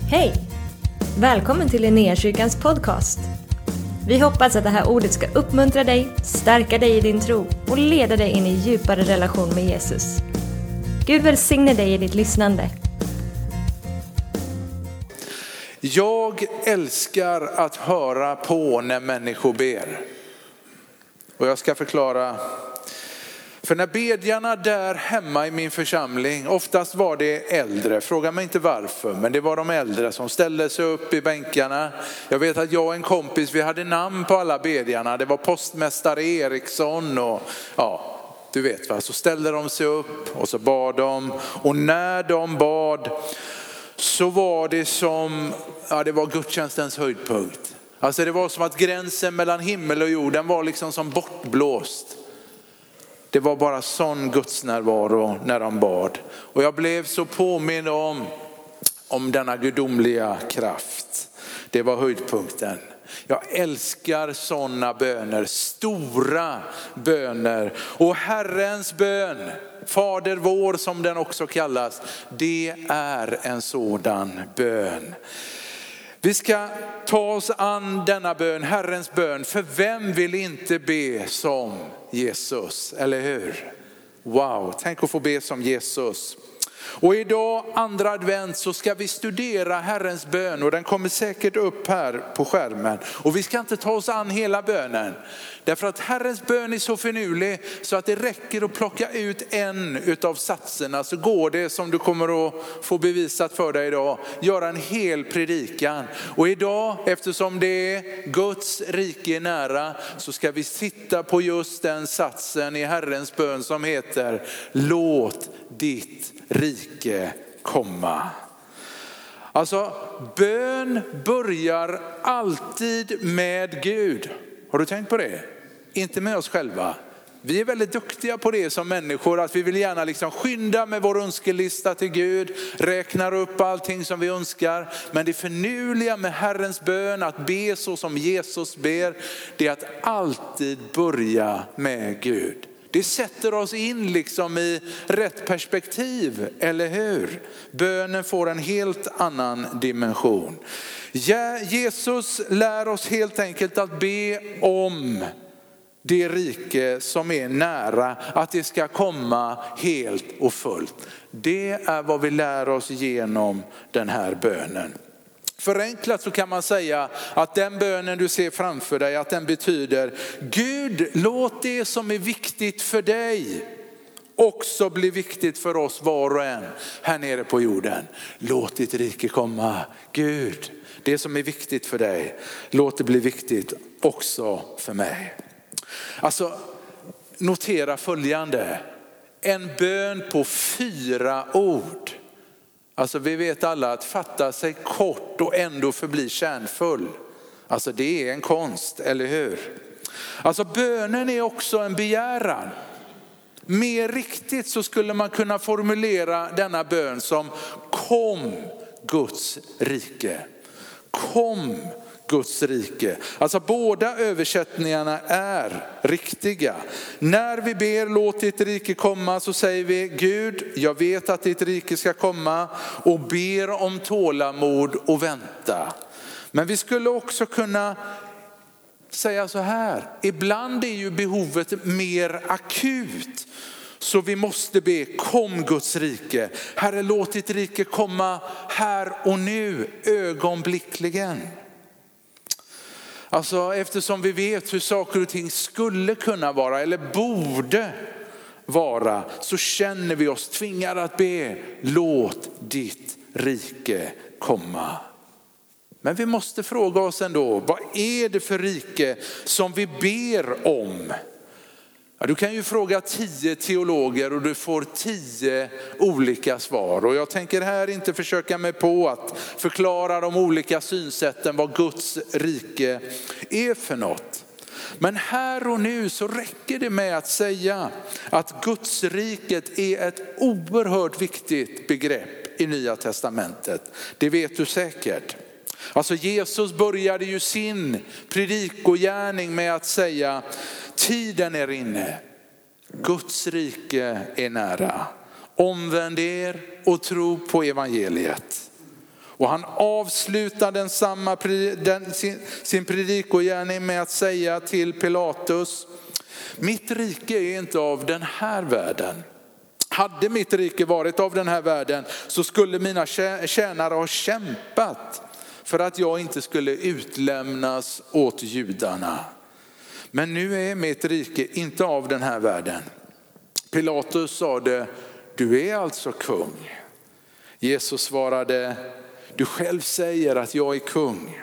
Hej! Välkommen till Linnéakyrkans podcast. Vi hoppas att det här ordet ska uppmuntra dig, stärka dig i din tro och leda dig in i djupare relation med Jesus. Gud välsigne dig i ditt lyssnande. Jag älskar att höra på när människor ber. Och jag ska förklara. För när bedjarna där hemma i min församling, oftast var det äldre, fråga mig inte varför, men det var de äldre som ställde sig upp i bänkarna. Jag vet att jag och en kompis, vi hade namn på alla bedjarna. Det var postmästare Eriksson och ja, du vet va. Så ställde de sig upp och så bad de. Och när de bad så var det som, ja det var gudstjänstens höjdpunkt. Alltså det var som att gränsen mellan himmel och jorden var liksom som bortblåst. Det var bara sån Guds närvaro när de bad. Och jag blev så påminn om denna gudomliga kraft. Det var höjdpunkten. Jag älskar sådana böner, stora böner. Och Herrens bön, Fader vår som den också kallas, det är en sådan bön. Vi ska ta oss an denna bön, Herrens bön. För vem vill inte be som Jesus, eller hur? Wow, tänk att få be som Jesus. Och idag, andra advent, så ska vi studera Herrens bön. Och den kommer säkert upp här på skärmen. Och vi ska inte ta oss an hela bönen. Därför att Herrens bön är så finurlig så att det räcker att plocka ut en utav satserna. Så går det, som du kommer att få bevisat för dig idag, göra en hel predikan. Och idag, eftersom det är Guds rike nära, så ska vi sitta på just den satsen i Herrens bön som heter: låt ditt rike komma. Alltså bön börjar alltid med Gud. Har du tänkt på det? Inte med oss själva. Vi är väldigt duktiga på det som människor, att vi vill gärna liksom skynda med vår önskelista till Gud, räknar upp allting som vi önskar. Men det förnuliga med Herrens bön, att be så som Jesus ber, det är att alltid börja med Gud. Det sätter oss in liksom i rätt perspektiv, eller hur? Bönen får en helt annan dimension. Ja, Jesus lär oss helt enkelt att be om det rike som är nära, att det ska komma helt och fullt. Det är vad vi lär oss genom den här bönen. Förenklat så kan man säga att den bönen du ser framför dig, att den betyder: Gud, låt det som är viktigt för dig också bli viktigt för oss var och en här nere på jorden. Låt ditt rike komma. Gud, det som är viktigt för dig, låt det bli viktigt också för mig. Alltså, notera följande. En bön på 4 ord. Alltså vi vet alla att fatta sig kort och ändå förbli kärnfull. Alltså det är en konst, eller hur? Alltså bönen är också en begäran. Mer riktigt så skulle man kunna formulera denna bön som: kom Guds rike. Kom Guds rike. Alltså båda översättningarna är riktiga. När vi ber låt ditt rike komma, så säger vi: Gud, jag vet att ditt rike ska komma, och ber om tålamod och vänta. Men vi skulle också kunna säga så här: ibland är ju behovet mer akut. Så vi måste be: kom Guds rike. Herre, låt ditt rike komma här och nu, ögonblickligen. Alltså eftersom vi vet hur saker och ting skulle kunna vara eller borde vara, så känner vi oss tvingade att be: låt ditt rike komma. Men vi måste fråga oss ändå, vad är det för rike som vi ber om? Ja, du kan ju fråga 10 teologer och du får 10 olika svar. Och jag tänker här inte försöka mig på att förklara de olika synsätten vad Guds rike är för något. Men här och nu så räcker det med att säga att Guds riket är ett oerhört viktigt begrepp i Nya testamentet. Det vet du säkert. Alltså Jesus började ju sin predikogärning med att säga: tiden är inne, Guds rike är nära. Omvänd er och tro på evangeliet. Och han avslutar sin predikogärning med att säga till Pilatus: mitt rike är inte av den här världen. Hade mitt rike varit av den här världen så skulle mina tjänare ha kämpat för att jag inte skulle utlämnas åt judarna. Men nu är mitt rike inte av den här världen. Pilatus sade: du är alltså kung. Jesus svarade: du själv säger att jag är kung.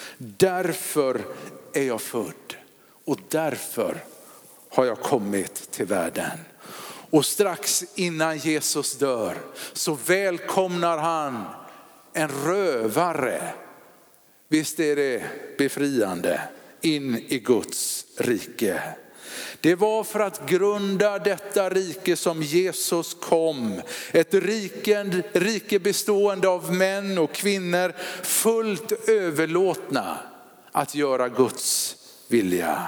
Därför är jag född och därför har jag kommit till världen. Och strax innan Jesus dör så välkomnar han en rövare. Visst är det befriande, in i Guds rike. Det var för att grunda detta rike som Jesus kom. Ett rike bestående av män och kvinnor fullt överlåtna att göra Guds vilja.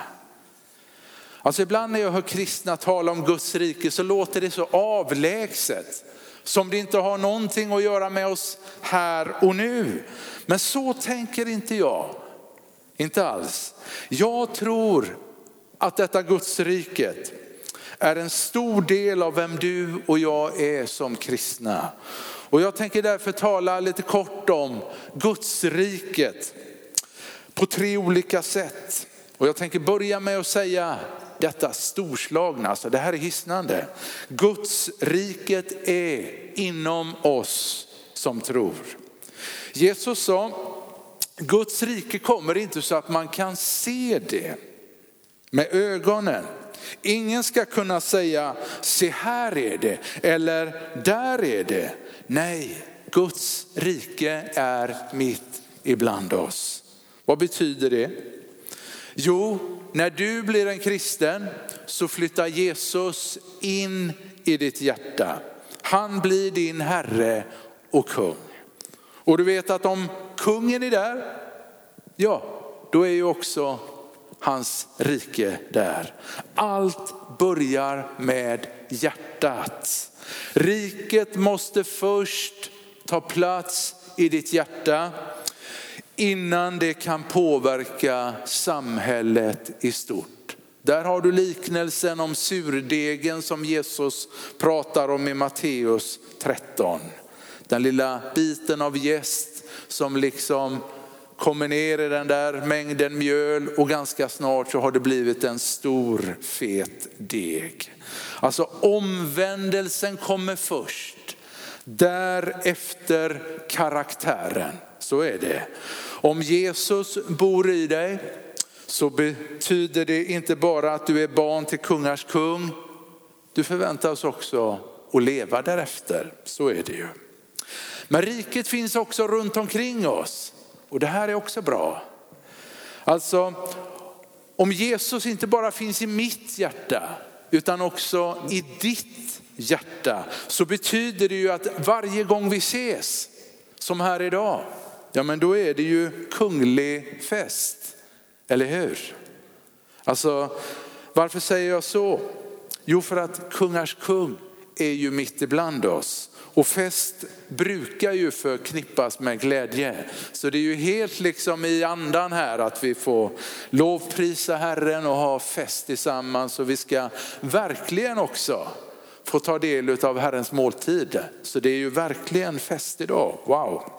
Alltså ibland när jag hör kristna tala om Guds rike så låter det så avlägset. Som det inte har någonting att göra med oss här och nu. Men så tänker inte jag. Inte alls. Jag tror att detta Guds riket är en stor del av vem du och jag är som kristna. Och jag tänker därför tala lite kort om Guds riket på 3 olika sätt. Och jag tänker börja med att säga detta storslagna, alltså det här är hisnande. Guds riket är inom oss som tror. Jesus sa: Guds rike kommer inte så att man kan se det med ögonen. Ingen ska kunna säga: se här är det, eller där är det. Nej, Guds rike är mitt ibland oss. Vad betyder det? Jo, när du blir en kristen så flyttar Jesus in i ditt hjärta. Han blir din herre och kung. Och du vet att om kungen är där, ja, då är ju också hans rike där. Allt börjar med hjärtat. Riket måste först ta plats i ditt hjärta innan det kan påverka samhället i stort. Där har du liknelsen om surdegen som Jesus pratar om i Matteus 13. Den lilla biten av jäst som liksom kommer ner i den där mängden mjöl och ganska snart så har det blivit en stor fet deg. Alltså omvändelsen kommer först, därefter karaktären. Så är det. Om Jesus bor i dig så betyder det inte bara att du är barn till kungars kung. Du förväntas också att leva därefter. Så är det ju. Men riket finns också runt omkring oss. Och det här är också bra. Alltså om Jesus inte bara finns i mitt hjärta utan också i ditt hjärta, så betyder det ju att varje gång vi ses, som här idag, ja men då är det ju kunglig fest. Eller hur? Alltså varför säger jag så? Jo, för att kungars kung är ju mitt ibland oss. Och fest brukar ju förknippas med glädje. Så det är ju helt liksom i andan här att vi får lovprisa Herren och ha fest tillsammans. Och vi ska verkligen också få ta del av Herrens måltid. Så det är ju verkligen fest idag. Wow.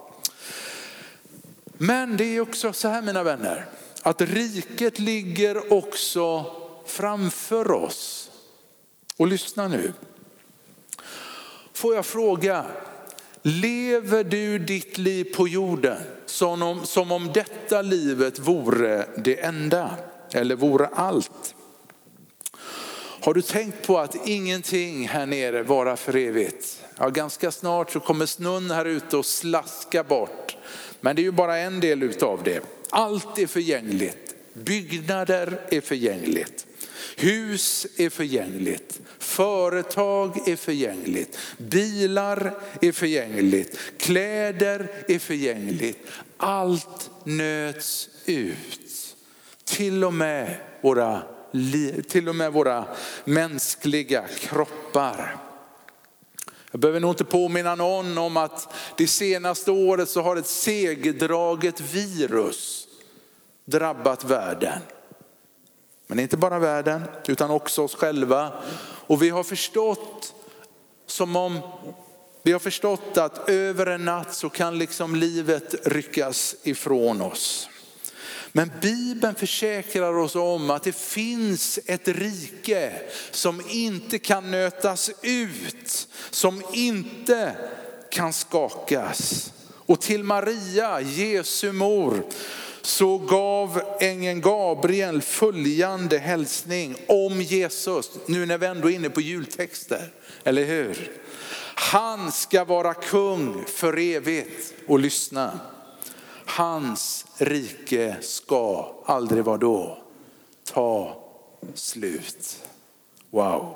Men det är också så här, mina vänner, att riket ligger också framför oss. Och lyssna nu. Får jag fråga, lever du ditt liv på jorden som om detta livet vore det enda eller vore allt? Har du tänkt på att ingenting här nere varar för evigt? Ja, ganska snart så kommer snön här ute och slaska bort. Men det är ju bara en del utav det. Allt är förgängligt. Byggnader är förgängligt. Hus är förgängligt. Företag är förgängligt. Bilar är förgängligt. Kläder är förgängligt. Allt nöts ut. Till och med våra mänskliga kroppar. Jag behöver nog inte påminna någon om att det senaste året så har ett segdraget virus drabbat världen. Men inte bara världen utan också oss själva. Och vi har förstått att över en natt så kan liksom livet ryckas ifrån oss. Men Bibeln försäkrar oss om att det finns ett rike som inte kan nötas ut, som inte kan skakas. Och till Maria, Jesu mor, så gav ängeln Gabriel följande hälsning om Jesus. Nu när vi ändå är inne på jultexter, eller hur? Han ska vara kung för evigt, och lyssna. Hans rike ska aldrig vara då ta slut. Wow.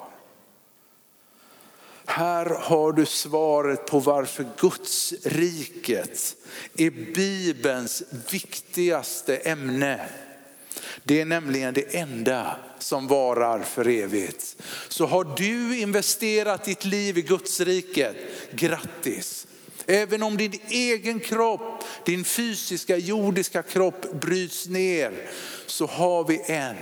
Här har du svaret på varför Guds riket är Bibelns viktigaste ämne. Det är nämligen det enda som varar för evigt. Så har du investerat ditt liv i Guds riket, grattis. Även om din egen kropp, din fysiska jordiska kropp bryts ner, så har vi en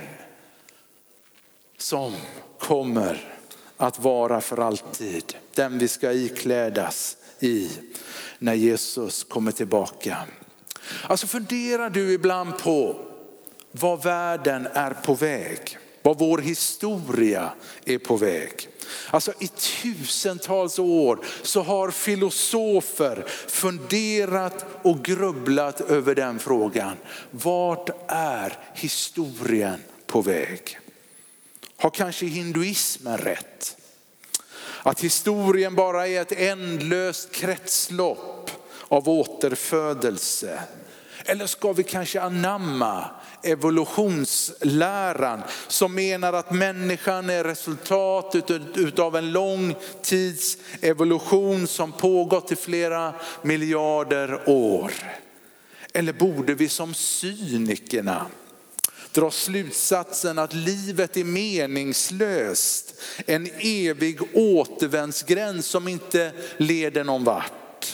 som kommer att vara för alltid. Den vi ska iklädas i när Jesus kommer tillbaka. Alltså funderar du ibland på vad världen är på väg? Vad vår historia är på väg? Alltså i tusentals år så har filosofer funderat och grubblat över den frågan. Vart är historien på väg? Har kanske hinduismen rätt? Att historien bara är ett ändlöst kretslopp av återfödelse? Eller ska vi kanske anamma evolutionsläran som menar att människan är resultat utav en lång tids evolution som pågått i flera miljarder år? Eller borde vi som cynikerna dra slutsatsen att livet är meningslöst, en evig återvändsgränd som inte leder någon vart?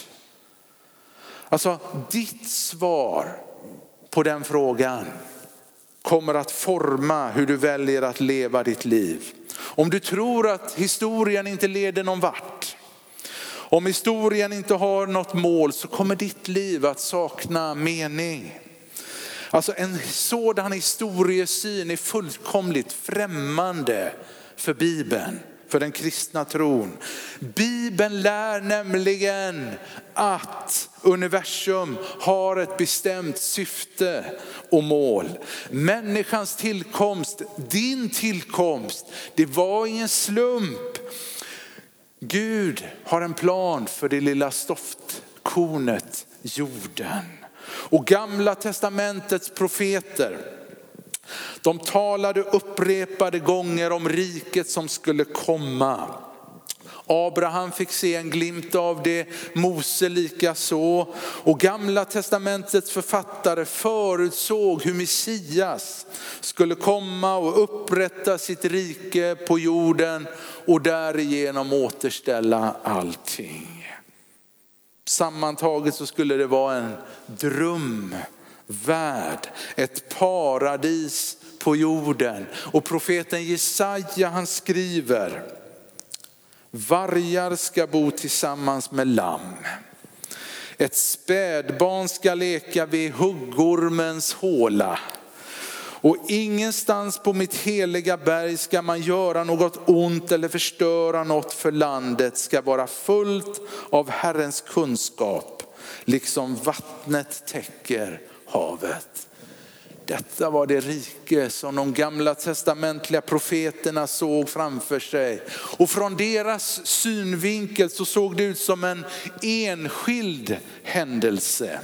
Alltså ditt svar på den frågan kommer att forma hur du väljer att leva ditt liv. Om du tror att historien inte leder någon vart, om historien inte har något mål, så kommer ditt liv att sakna mening. Alltså en sådan historiesyn är fullkomligt främmande för Bibeln, för den kristna tron. Bibeln lär nämligen att universum har ett bestämt syfte och mål. Människans tillkomst, din tillkomst, det var ingen slump. Gud har en plan för det lilla stoftkornet jorden. Och Gamla testamentets profeter, de talade upprepade gånger om riket som skulle komma. Abraham fick se en glimt av det, Mose lika så. Och Gamla testamentets författare förutsåg hur Messias skulle komma och upprätta sitt rike på jorden och därigenom återställa allting. Sammantaget så skulle det vara en drömvärld, ett paradis på jorden. Och profeten Jesaja, han skriver: vargar ska bo tillsammans med lamm. Ett spädbarn ska leka vid huggormens håla. Och ingenstans på mitt heliga berg ska man göra något ont eller förstöra något, för landet ska vara fullt av Herrens kunskap, liksom vattnet täcker havet. Detta var det rike som de gamla testamentliga profeterna såg framför sig. Och från deras synvinkel så såg det ut som en enskild händelse.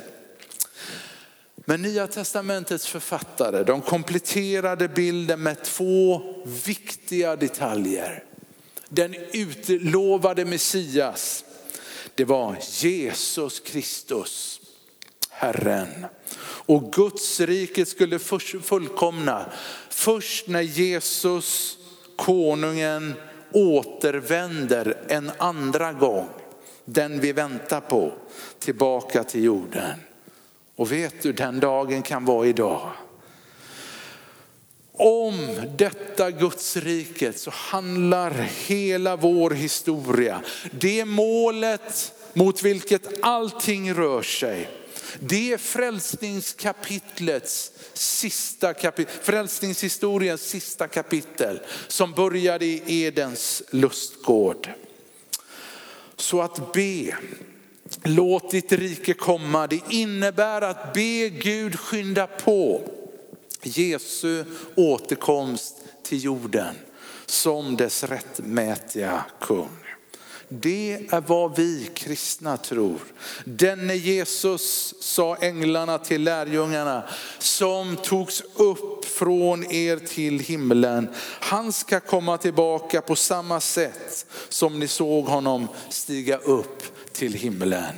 Men Nya testamentets författare, de kompletterade bilden med två viktiga detaljer. Den utlovade Messias, det var Jesus Kristus, Herren. Och Guds rike skulle fullkomna först när Jesus, konungen återvänder en andra gång, den vi väntar på, tillbaka till jorden. Och vet du, den dagen kan vara idag. Om detta Guds riket så handlar hela vår historia. Det är målet mot vilket allting rör sig. Det är frälsningskapitlets sista kapitel, frälsningshistoriens sista kapitel som började i Edens lustgård. Så att be, låt ditt rike komma, det innebär att be Gud skynda på Jesu återkomst till jorden som dess rättmätiga kung. Det är vad vi kristna tror. Denne Jesus, sa änglarna till lärjungarna, som togs upp från er till himlen. Han ska komma tillbaka på samma sätt som ni såg honom stiga upp till himlen.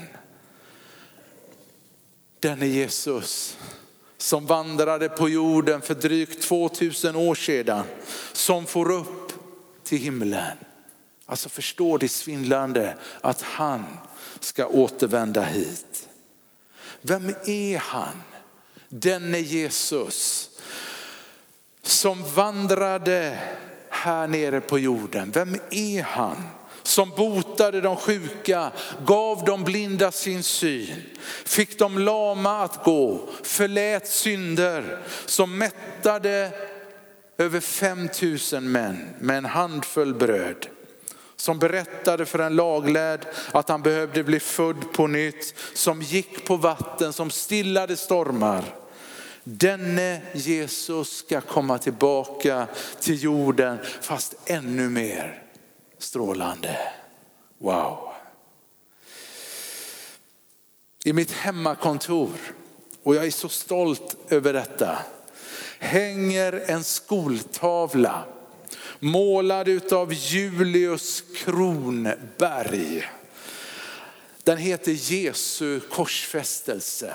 Denne Jesus som vandrade på jorden för drygt 2000 år sedan, som får upp till himlen. Alltså förstår det svindlande att han ska återvända hit. Vem är han? Denne Jesus som vandrade här nere på jorden. Vem är han? Som botade de sjuka, gav de blinda sin syn, fick de lama att gå, förlät synder, som mättade över 5000 män med en handfull bröd. Som berättade för en laglärd att han behövde bli född på nytt, som gick på vatten, som stillade stormar. Denne Jesus ska komma tillbaka till jorden, fast ännu mer strålande. Wow. I mitt hemmakontor, och jag är så stolt över detta, hänger en skoltavla målad utav Julius Kronberg. Den heter Jesu korsfästelse.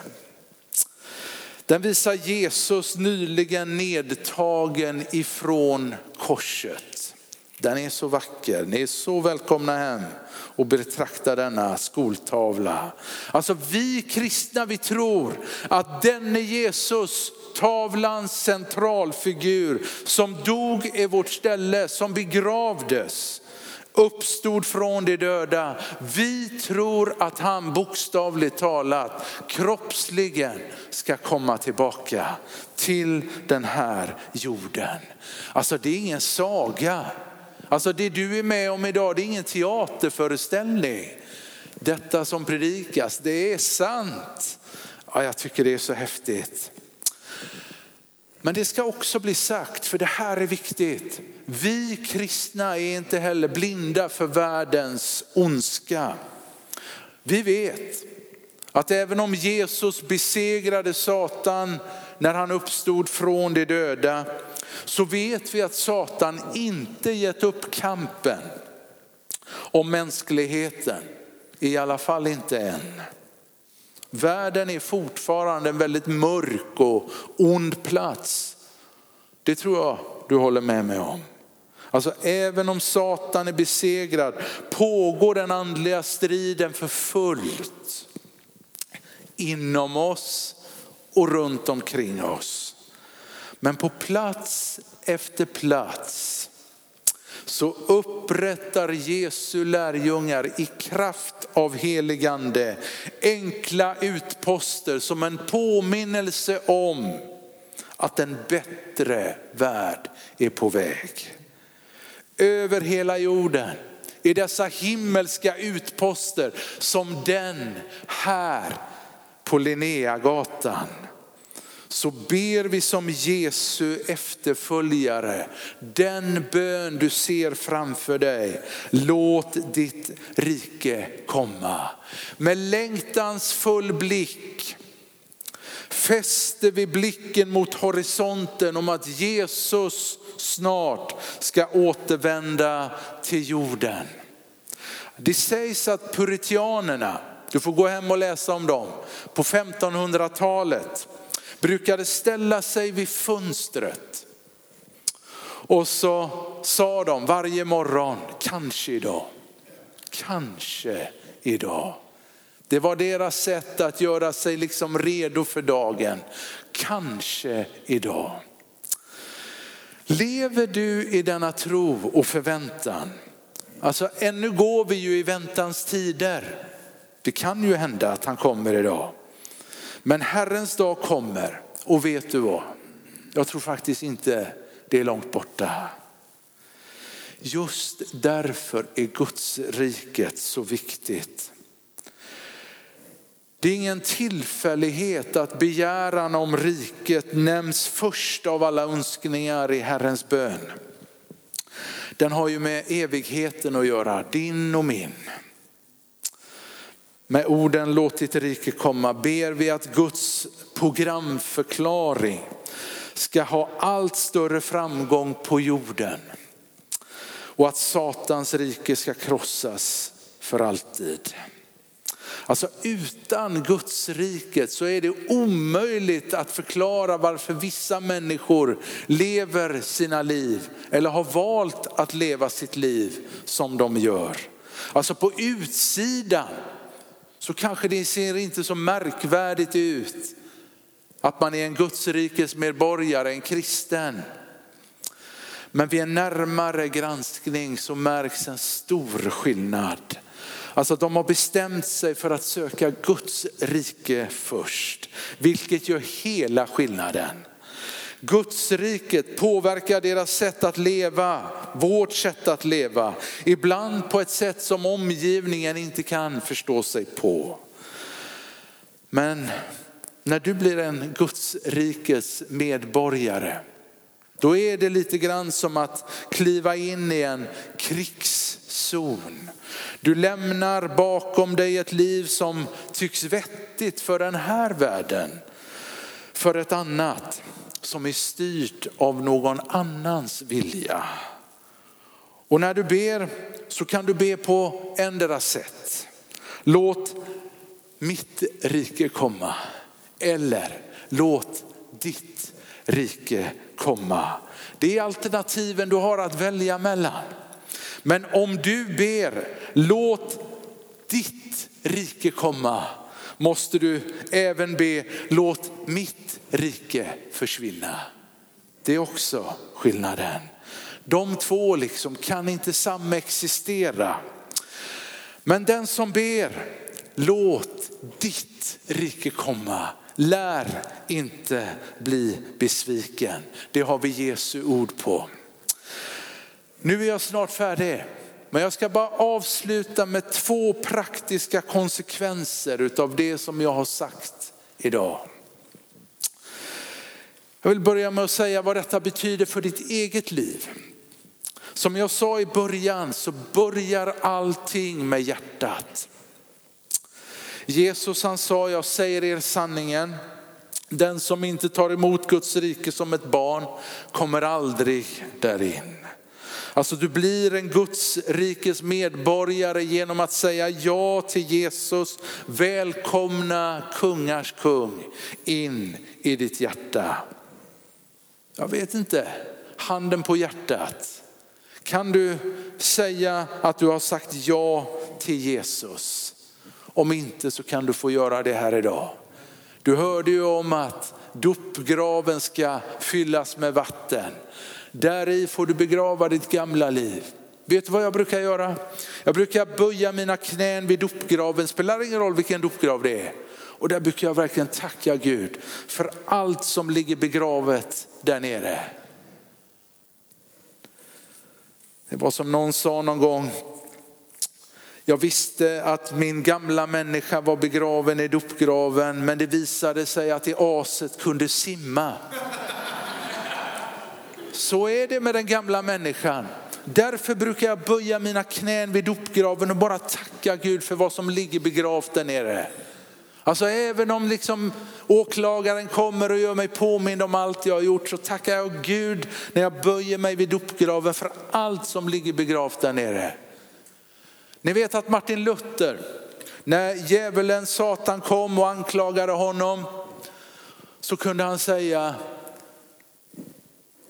Den visar Jesus nyligen nedtagen ifrån korset. Den är så vacker. Ni är så välkomna hem och betrakta denna skoltavla. Alltså vi kristna, vi tror att denne Jesus, tavlans centralfigur, som dog i vårt ställe, som begravdes, uppstod från de döda. Vi tror att han bokstavligt talat kroppsligen ska komma tillbaka till den här jorden. Alltså det är ingen saga. Alltså det du är med om idag, det är ingen teaterföreställning. Detta som predikas, det är sant. Ja, jag tycker det är så häftigt. Men det ska också bli sagt, för det här är viktigt. Vi kristna är inte heller blinda för världens ondska. Vi vet att även om Jesus besegrade Satan när han uppstod från de döda, så vet vi att Satan inte gett upp kampen om mänskligheten. I alla fall inte än. Världen är fortfarande en väldigt mörk och ond plats. Det tror jag du håller med mig om. Alltså även om Satan är besegrad pågår den andliga striden för fullt. Inom oss och runt omkring oss. Men på plats efter plats så upprättar Jesu lärjungar i kraft av heligande enkla utposter som en påminnelse om att en bättre värld är på väg. Över hela jorden är dessa himmelska utposter som den här på Linnéagatan. Så ber vi som Jesu efterföljare den bön du ser framför dig. Låt ditt rike komma. Med längtans full blick fäster vi blicken mot horisonten om att Jesus snart ska återvända till jorden. Det sägs att puritianerna, du får gå hem och läsa om dem, på 1500-talet brukade ställa sig vid fönstret Och så sa de varje morgon, kanske idag, kanske idag. Det var deras sätt att göra sig liksom redo för dagen. Kanske idag. Lever du i denna tro och förväntan? Alltså ännu går vi ju i väntans tider. Det kan ju hända att han kommer idag. Men Herrens dag kommer, och vet du vad? Jag tror faktiskt inte det är långt borta. Just därför är Guds riket så viktigt. Det är ingen tillfällighet att begäran om riket nämns först av alla önskningar i Herrens bön. Den har ju med evigheten att göra, din och min. Med orden låt ditt rike komma ber vi att Guds programförklaring ska ha allt större framgång på jorden. Och att Satans rike ska krossas för alltid. Alltså utan Guds riket så är det omöjligt att förklara varför vissa människor lever sina liv eller har valt att leva sitt liv som de gör. Alltså på utsidan så kanske det ser inte så märkvärdigt ut att man är en Guds rikes medborgare, en kristen. Men vid en närmare granskning så märks en stor skillnad. Alltså de har bestämt sig för att söka Guds rike först, vilket gör hela skillnaden. Guds riket påverkar deras sätt att leva, vårt sätt att leva. Ibland på ett sätt som omgivningen inte kan förstå sig på. Men när du blir en Guds rikes medborgare, då är det lite grann som att kliva in i en krigszon. Du lämnar bakom dig ett liv som tycks vettigt för den här världen. För ett annat som är styrt av någon annans vilja. Och när du ber så kan du be på ändra sätt. Låt mitt rike komma. Eller låt ditt rike komma. Det är alternativen du har att välja mellan. Men om du ber, låt ditt rike komma, måste du även be, låt mitt rike försvinna. Det är också skillnaden. De två liksom kan inte samexistera. Men den som ber, låt ditt rike komma, lär inte bli besviken. Det har vi Jesu ord på. Nu är jag snart färdig. Men jag ska bara avsluta med 2 praktiska konsekvenser utav det som jag har sagt idag. Jag vill börja med att säga vad detta betyder för ditt eget liv. Som jag sa i början så börjar allting med hjärtat. Jesus han sa, jag säger er sanningen. Den som inte tar emot Guds rike som ett barn kommer aldrig därin. Alltså du blir en Guds rikes medborgare genom att säga ja till Jesus. Välkomna kungars kung in i ditt hjärta. Jag vet inte, handen på hjärtat. Kan du säga att du har sagt ja till Jesus? Om inte så kan du få göra det här idag. Du hörde ju om att dopgraven ska fyllas med vatten. Där i får du begrava ditt gamla liv. Vet du vad jag brukar göra? Jag brukar böja mina knän vid dopgraven. Spelar ingen roll vilken dopgrav det är. Och där brukar jag verkligen tacka Gud för allt som ligger begravet där nere. Det var som någon sa någon gång. Jag visste att min gamla människa var begraven i dopgraven. Men det visade sig att i aset kunde simma. Så är det med den gamla människan. Därför brukar jag böja mina knän vid dopgraven och bara tacka Gud för vad som ligger begravt där nere. Alltså även om liksom åklagaren kommer och gör mig påmind om allt jag har gjort, så tackar jag Gud när jag böjer mig vid dopgraven för allt som ligger begravt där nere. Ni vet att Martin Luther, när djävulen Satan kom och anklagade honom, så kunde han säga: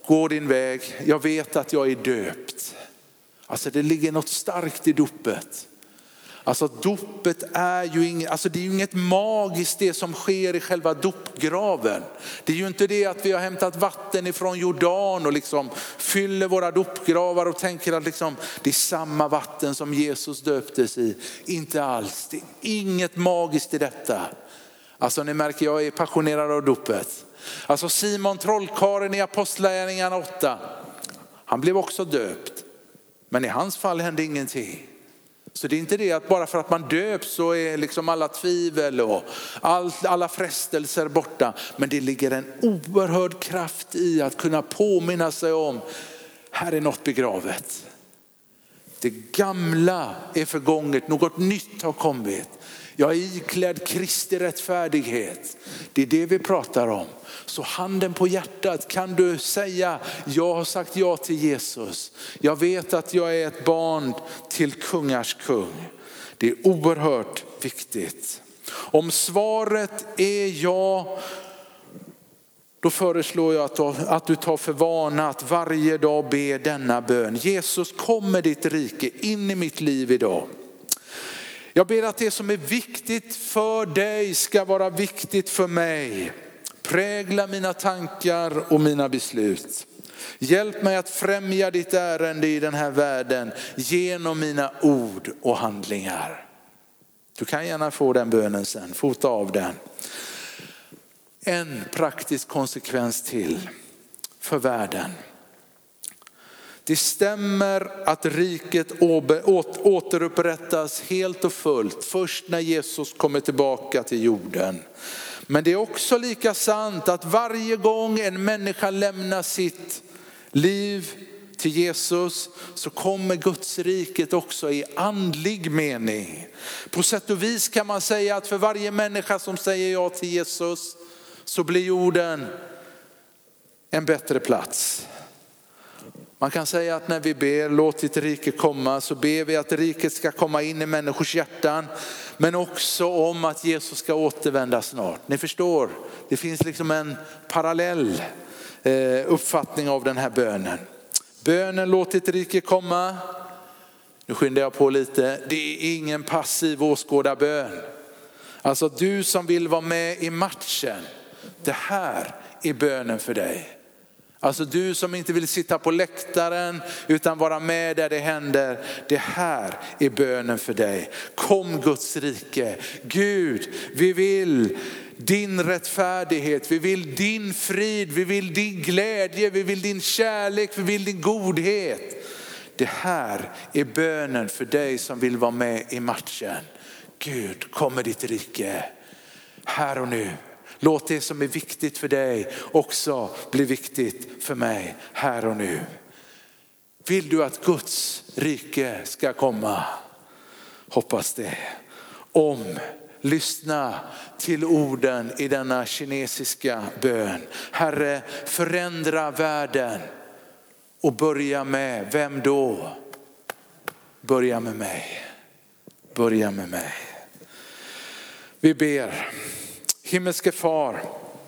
gå din väg. Jag vet att jag är döpt. Alltså det ligger något starkt i dopet. Alltså dopet är ju det är ju inget magiskt det som sker i själva dopgraven. Det är ju inte det att vi har hämtat vatten ifrån Jordan och liksom fyller våra dopgravar och tänker att liksom det är samma vatten som Jesus döptes i. Inte alls, det är inget magiskt i detta. Alltså ni märker, jag är passionerad av dopet. Alltså Simon trollkarlen i Apostlagärningarna 8, han blev också döpt. Men i hans fall hände ingenting. Så det är inte det att bara för att man döps så är liksom alla tvivel och alla frestelser borta. Men det ligger en oerhörd kraft i att kunna påminna sig om, här är något begravet. Det gamla är förgånget, något nytt har kommit. Jag är iklädd Kristi rättfärdighet. Det är det vi pratar om. Så handen på hjärtat, kan du säga, jag har sagt ja till Jesus. Jag vet att jag är ett barn till kungars kung. Det är oerhört viktigt. Om svaret är ja, då föreslår jag att du tar för vana att varje dag be denna bön. Jesus, kom med ditt rike in i mitt liv idag. Jag ber att det som är viktigt för dig ska vara viktigt för mig. Prägla mina tankar och mina beslut. Hjälp mig att främja ditt ärende i den här världen genom mina ord och handlingar. Du kan gärna få den bönen sen, fota av den. En praktisk konsekvens till för världen. Det stämmer att riket återupprättas helt och fullt först när Jesus kommer tillbaka till jorden. Men det är också lika sant att varje gång en människa lämnar sitt liv till Jesus så kommer Guds riket också i andlig mening. På sätt och vis kan man säga att för varje människa som säger ja till Jesus så blir jorden en bättre plats. Man kan säga att när vi ber låt ditt rike komma, så ber vi att riket ska komma in i människors hjärtan. Men också om att Jesus ska återvända snart. Ni förstår, det finns liksom en parallell uppfattning av den här bönen. Bönen låt ditt rike komma. Nu skyndar jag på lite. Det är ingen passiv åskådarbön. Alltså du som vill vara med i matchen. Det här är bönen för dig. Alltså du som inte vill sitta på läktaren utan vara med där det händer. Det här är bönen för dig. Kom Guds rike. Gud, vi vill din rättfärdighet. Vi vill din frid. Vi vill din glädje. Vi vill din kärlek. Vi vill din godhet. Det här är bönen för dig som vill vara med i matchen. Gud, kom med ditt rike. Här och nu. Låt det som är viktigt för dig också bli viktigt för mig här och nu. Vill du att Guds rike ska komma? Hoppas det. Lyssna till orden i denna kinesiska bön. Herre, förändra världen och börja med, vem då? Börja med mig. Börja med mig. Vi ber. Himmelske far,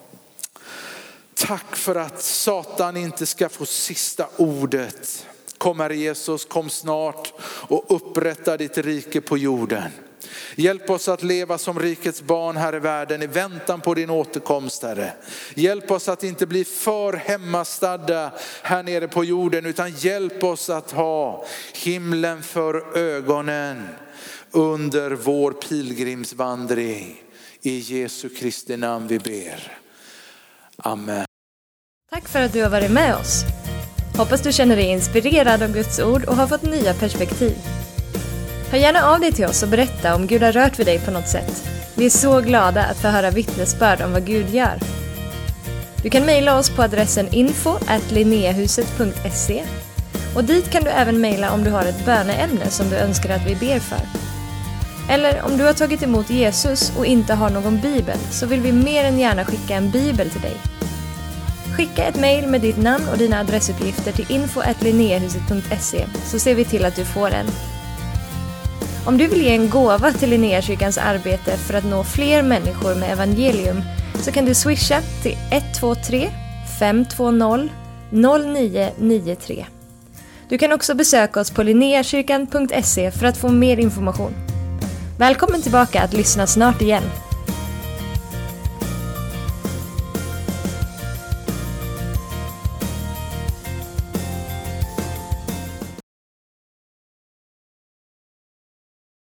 tack för att Satan inte ska få sista ordet. Kom Herre Jesus, kom snart och upprätta ditt rike på jorden. Hjälp oss att leva som rikets barn här i världen i väntan på din återkomst, Herre. Hjälp oss att inte bli för hemmastadda här nere på jorden, utan hjälp oss att ha himlen för ögonen under vår pilgrimsvandring. I Jesu Kristi namn vi ber. Amen. Tack för att du har varit med oss. Hoppas du känner dig inspirerad av Guds ord och har fått nya perspektiv. Hör gärna av dig till oss och berätta om Gud har rört vid dig på något sätt. Vi är så glada att få höra vittnesbörd om vad Gud gör. Du kan mejla oss på adressen info@linneahuset.se och dit kan du även mejla om du har ett böneämne som du önskar att vi ber för. Eller om du har tagit emot Jesus och inte har någon bibel, så vill vi mer än gärna skicka en bibel till dig. Skicka ett mejl med ditt namn och dina adressuppgifter till info@linneahuset.se så ser vi till att du får en. Om du vill ge en gåva till Linneakyrkans arbete för att nå fler människor med evangelium, så kan du swisha till 123 520 0993. Du kan också besöka oss på linneakyrkan.se för att få mer information. Välkommen tillbaka att lyssna snart igen.